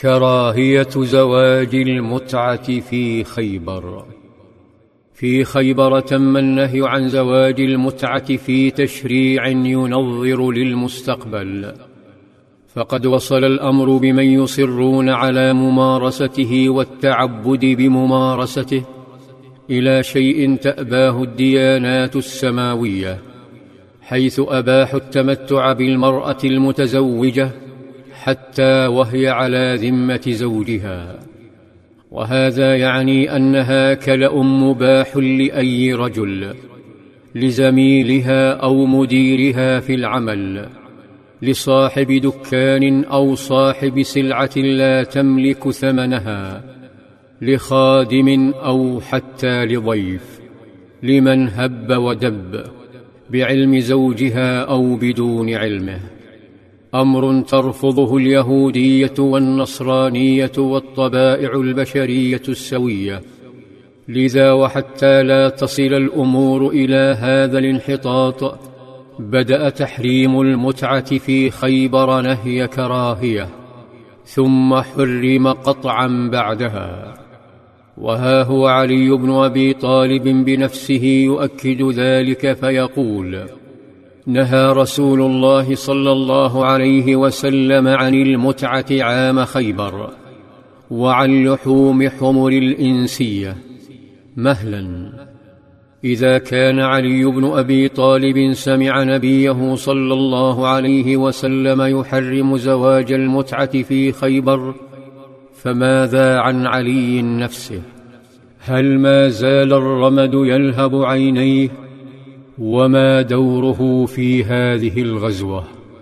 كراهية زواج المتعة في خيبر. في خيبر تم النهي عن زواج المتعة في تشريع ينظر للمستقبل، فقد وصل الأمر بمن يصرون على ممارسته والتعبد بممارسته إلى شيء تأباه الديانات السماوية، حيث أباحوا التمتع بالمرأة المتزوجة حتى وهي على ذمة زوجها، وهذا يعني أنها كلأ مباح لأي رجل، لزميلها أو مديرها في العمل، لصاحب دكان أو صاحب سلعة لا تملك ثمنها، لخادم أو حتى لضيف، لمن هب ودب، بعلم زوجها أو بدون علمه. أمر ترفضه اليهودية والنصرانية والطبائع البشرية السوية. لذا وحتى لا تصل الأمور إلى هذا الانحطاط، بدأ تحريم المتعة في خيبر نهي كراهية، ثم حرم قطعا بعدها. وها هو علي بن أبي طالب بنفسه يؤكد ذلك فيقول: نهى رسول الله صلى الله عليه وسلم عن المتعة عام خيبر، وعن لحوم حمر الإنسية. مهلا، إذا كان علي بن أبي طالب سمع نبيه صلى الله عليه وسلم يحرم زواج المتعة في خيبر، فماذا عن علي نفسه؟ هل ما زال الرمد يلهب عينيه؟ وما دوره في هذه الغزوة؟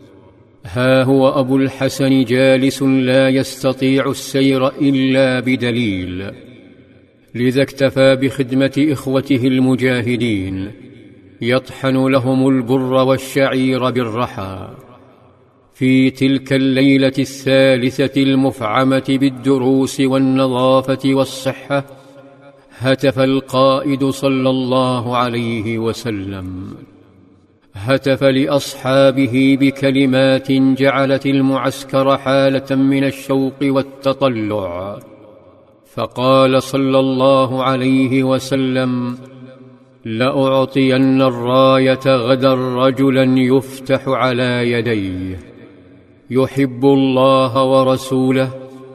ها هو أبو الحسن جالس لا يستطيع السير إلا بدليل، لذا اكتفى بخدمة إخوته المجاهدين، يطحن لهم البر والشعير بالرحى. في تلك الليلة الثالثة المفعمة بالدروس والنظافة والصحة، هتف القائد صلى الله عليه وسلم، هتف لأصحابه بكلمات جعلت المعسكر حالة من الشوق والتطلع، فقال صلى الله عليه وسلم: لأعطين الراية غدا رجلا يفتح على يديه، يحب الله ورسوله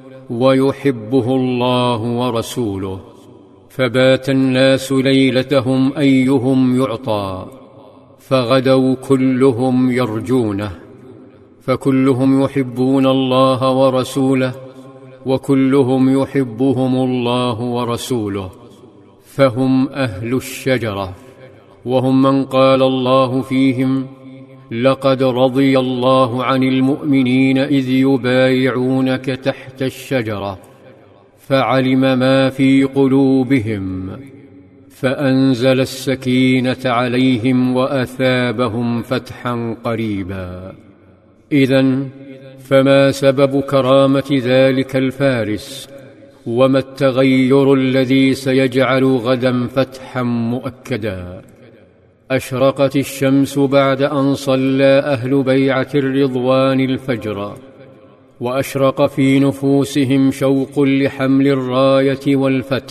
ويحبه الله ورسوله. فبات الناس ليلتهم أيهم يعطى، فغدوا كلهم يرجونه، فكلهم يحبون الله ورسوله، وكلهم يحبهم الله ورسوله، فهم أهل الشجرة، وهم من قال الله فيهم: لقد رضي الله عن المؤمنين إذ يبايعونك تحت الشجرة، فعلم ما في قلوبهم، فأنزل السكينة عليهم وأثابهم فتحا قريبا. إذن فما سبب كرامة ذلك الفارس؟ وما التغير الذي سيجعل غدا فتحا مؤكدا؟ أشرقت الشمس بعد أن صلى أهل بيعة الرضوان الفجر، وأشرق في نفوسهم شوق لحمل الراية والفتح.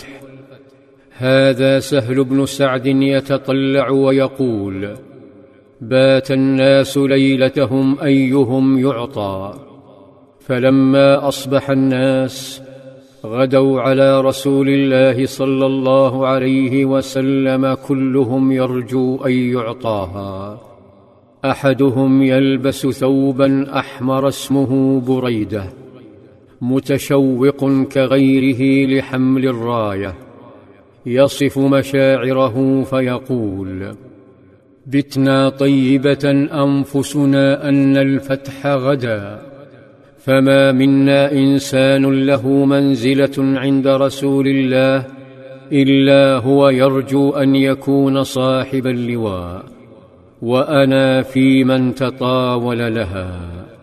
هذا سهل بن سعد يتطلع ويقول: بات الناس ليلتهم أيهم يعطى، فلما أصبح الناس غدوا على رسول الله صلى الله عليه وسلم كلهم يرجو أن يعطاها. أحدهم يلبس ثوبا أحمر اسمه بريدة، متشوق كغيره لحمل الراية، يصف مشاعره فيقول: بتنا طيبة أنفسنا أن الفتح غدا، فما منا إنسان له منزلة عند رسول الله إلا هو يرجو أن يكون صاحب اللواء، وأنا في من تطاول لها.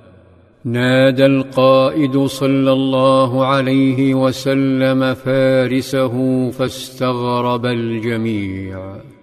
نادى القائد صلى الله عليه وسلم فارسه فاستغرب الجميع.